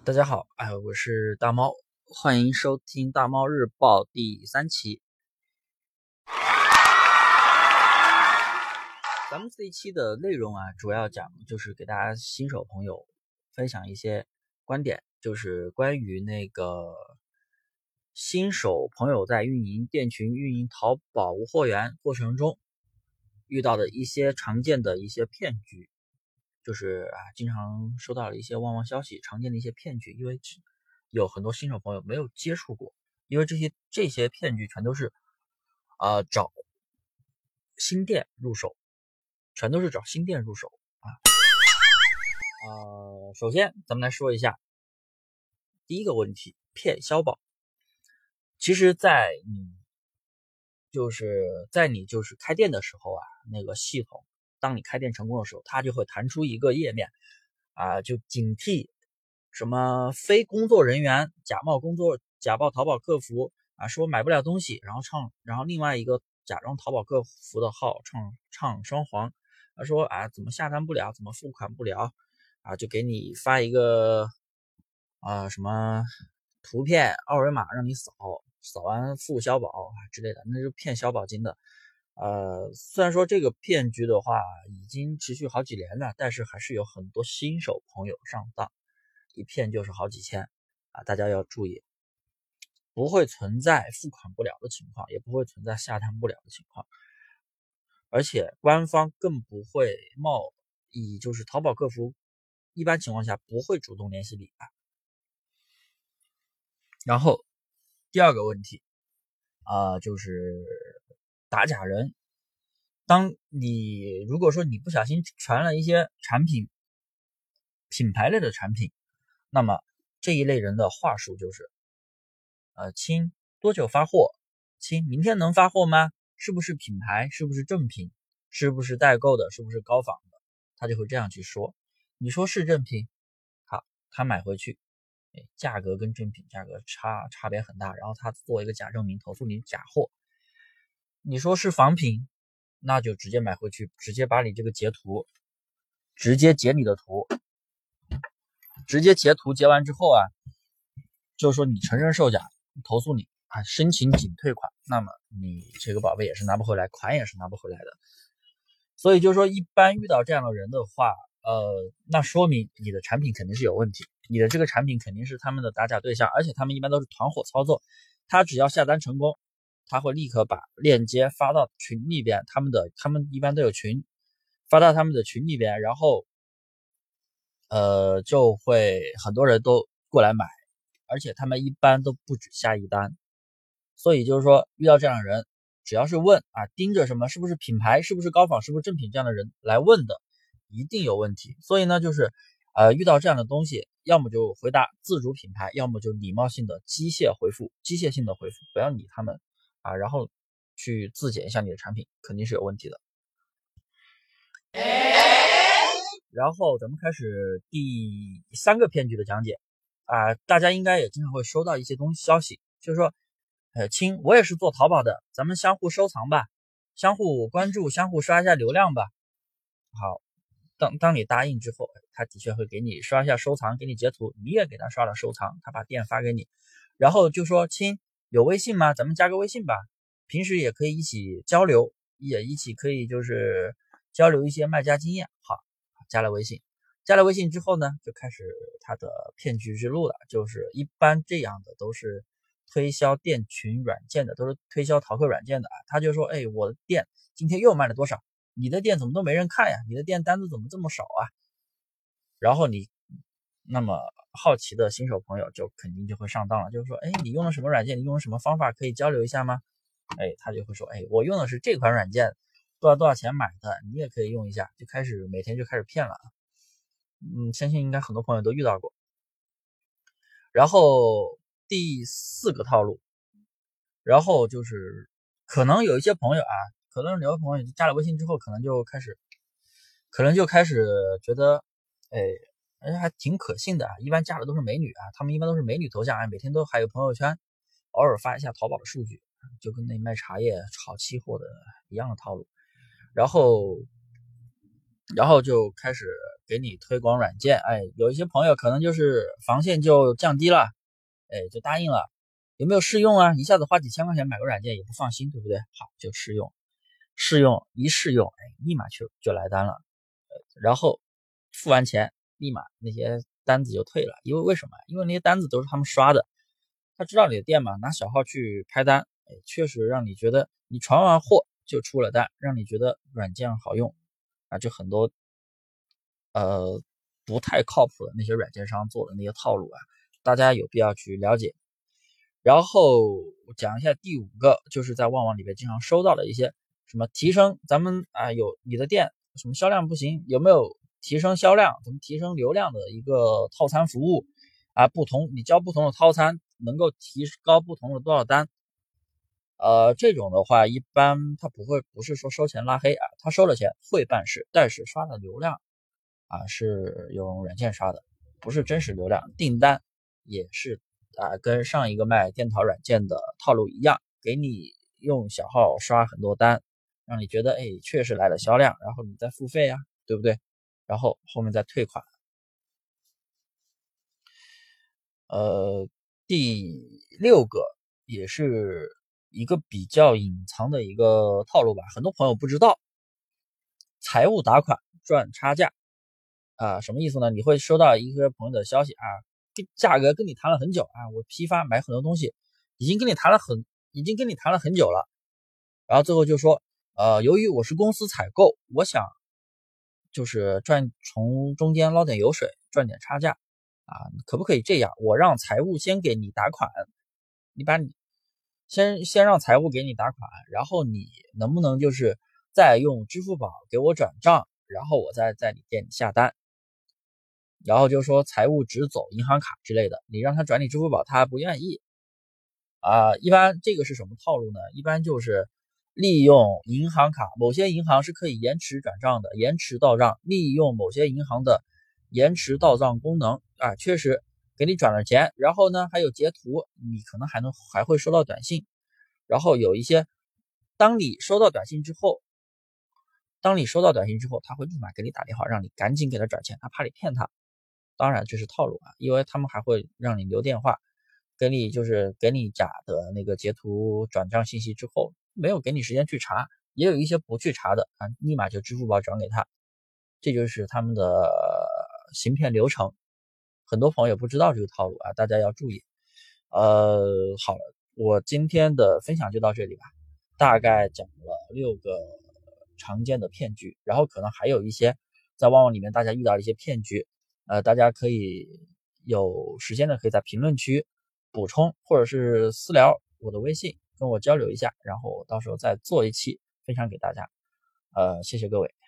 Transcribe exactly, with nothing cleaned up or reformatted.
大家好，哎，我是大猫，欢迎收听大猫日报第三期。咱们这一期的内容啊，主要讲就是给大家新手朋友分享一些观点，就是关于那个新手朋友在运营店群、运营淘宝无货源过程中遇到的一些常见的一些骗局。就是啊，经常收到了一些旺旺消息，常见的一些骗局，因为有很多新手朋友没有接触过，因为这些这些骗局全都是啊、呃、找新店入手，全都是找新店入手啊。呃，首先咱们来说一下第一个问题，骗消保。其实，在你就是在你就是开店的时候啊，那个系统。当你开店成功的时候，它就会弹出一个页面啊，就警惕什么非工作人员假冒工作、假冒淘宝客服啊，说买不了东西，然后唱，然后另外一个假装淘宝客服的号唱唱双簧，他说啊怎么下单不了，怎么付款不了啊，就给你发一个啊什么图片二维码让你扫，扫完付消保啊之类的，那就骗消保金的。呃，虽然说这个骗局的话已经持续好几年了，但是还是有很多新手朋友上当，一骗就是好几千啊！大家要注意，不会存在付款不了的情况，也不会存在下单不了的情况，而且官方更不会冒以就是淘宝客服一般情况下不会主动联系你啊。然后第二个问题啊、呃，就是打假人。当你如果说你不小心传了一些产品品牌类的产品，那么这一类人的话术就是呃亲多久发货，亲明天能发货吗，是不是品牌，是不是正品，是不是代购的，是不是高仿的，他就会这样去说。你说是正品，好，他买回去价格跟正品价格差差别很大，然后他做一个假证明投诉你假货。你说是仿品，那就直接买回去，直接把你这个截图，直接截你的图，直接截图截完之后啊，就说你承认售假，投诉你啊，申请仅退款，那么你这个宝贝也是拿不回来，款也是拿不回来的。所以就是说，一般遇到这样的人的话，呃，那说明你的产品肯定是有问题，你的这个产品肯定是他们的打假对象，而且他们一般都是团伙操作，他只要下单成功，他会立刻把链接发到群里边，他们的他们一般都有群，发到他们的群里边，然后呃就会很多人都过来买，而且他们一般都不止下一单。所以就是说遇到这样的人，只要是问啊，盯着什么是不是品牌，是不是高仿，是不是正品这样的人来问的，一定有问题。所以呢就是呃遇到这样的东西，要么就回答自主品牌，要么就礼貌性的机械回复，机械性的回复，不要理他们啊，然后去自检一下你的产品，肯定是有问题的。然后咱们开始第三个骗局的讲解啊，大家应该也经常会收到一些东西消息，就是说，呃，亲，我也是做淘宝的，咱们相互收藏吧，相互关注，相互刷一下流量吧。好，当当你答应之后，他的确会给你刷一下收藏，给你截图，你也给他刷了收藏，他把店发给你，然后就说，亲，有微信吗？咱们加个微信吧，平时也可以一起交流，也一起可以就是交流一些卖家经验。好，加了微信，加了微信之后呢，就开始他的骗局之路了。就是一般这样的都是推销店群软件的，都是推销淘客软件的啊。他就说，哎，我的店今天又卖了多少？你的店怎么都没人看呀？你的店单子怎么这么少啊？然后你那么好奇的新手朋友就肯定就会上当了，就是说，哎，你用了什么软件？你用了什么方法？可以交流一下吗？哎，他就会说，哎，我用的是这款软件，多少多少钱买的，你也可以用一下，就开始每天就开始骗了。嗯，相信应该很多朋友都遇到过。然后第四个套路，然后就是可能有一些朋友啊，可能有的朋友加了微信之后，可能就开始，可能就开始觉得，哎，哎还挺可信的啊。一般加的都是美女啊，他们一般都是美女头像啊，每天都还有朋友圈，偶尔发一下淘宝的数据，就跟那卖茶叶炒期货的一样的套路。然后然后就开始给你推广软件。哎，有一些朋友可能就是防线就降低了，哎，就答应了。有没有试用啊？一下子花几千块钱买个软件也不放心，对不对？好，就试用，试用一试用，哎，立马就就来单了。然后付完钱，立马那些单子就退了。因为为什么？因为那些单子都是他们刷的，他知道你的店嘛，拿小号去拍单，哎，确实让你觉得你传完货就出了单，让你觉得软件好用啊，就很多呃不太靠谱的那些软件商做的那些套路啊，大家有必要去了解。然后讲一下第五个，就是在旺旺里面经常收到的一些什么提升，咱们啊有你的店什么销量不行，有没有提升销量，怎么提升流量的一个套餐服务啊？不同你交不同的套餐，能够提高不同的多少单？呃，这种的话，一般他不会不是说收钱拉黑啊，他收了钱会办事，但是刷的流量啊是用软件刷的，不是真实流量，订单也是啊跟上一个卖电讨软件的套路一样，给你用小号刷很多单，让你觉得哎确实来了销量，然后你再付费啊，对不对？然后后面再退款。呃，第六个也是一个比较隐藏的一个套路吧，很多朋友不知道，财务打款赚差价啊，什么意思呢？你会收到一个朋友的消息啊，跟价格跟你谈了很久啊，我批发买很多东西，已经跟你谈了很，已经跟你谈了很久了，然后最后就说，呃，由于我是公司采购，我想就是赚从中间捞点油水，赚点差价啊，可不可以这样？我让财务先给你打款，你把你先先让财务给你打款，然后你能不能就是再用支付宝给我转账，然后我再在你店里下单，然后就说财务只走银行卡之类的，你让他转你支付宝，他不愿意啊。一般这个是什么套路呢？一般就是利用银行卡，某些银行是可以延迟转账的，延迟到账，利用某些银行的延迟到账功能啊，确实给你转了钱，然后呢还有截图，你可能还能还会收到短信，然后有一些，当你收到短信之后，当你收到短信之后，他会立马给你打电话，让你赶紧给他转钱，他怕你骗他。当然这是套路啊，因为他们还会让你留电话，给你就是给你假的那个截图转账信息之后，没有给你时间去查，也有一些不去查的啊，立马就支付宝转给他，这就是他们的行骗流程。很多朋友不知道这个套路啊，大家要注意。呃，好了，我今天的分享就到这里吧，大概讲了六个常见的骗局，然后可能还有一些在旺旺里面大家遇到的一些骗局，呃，大家可以有时间的可以在评论区补充，或者是私聊我的微信跟我交流一下，然后到时候再做一期分享给大家。呃，谢谢各位。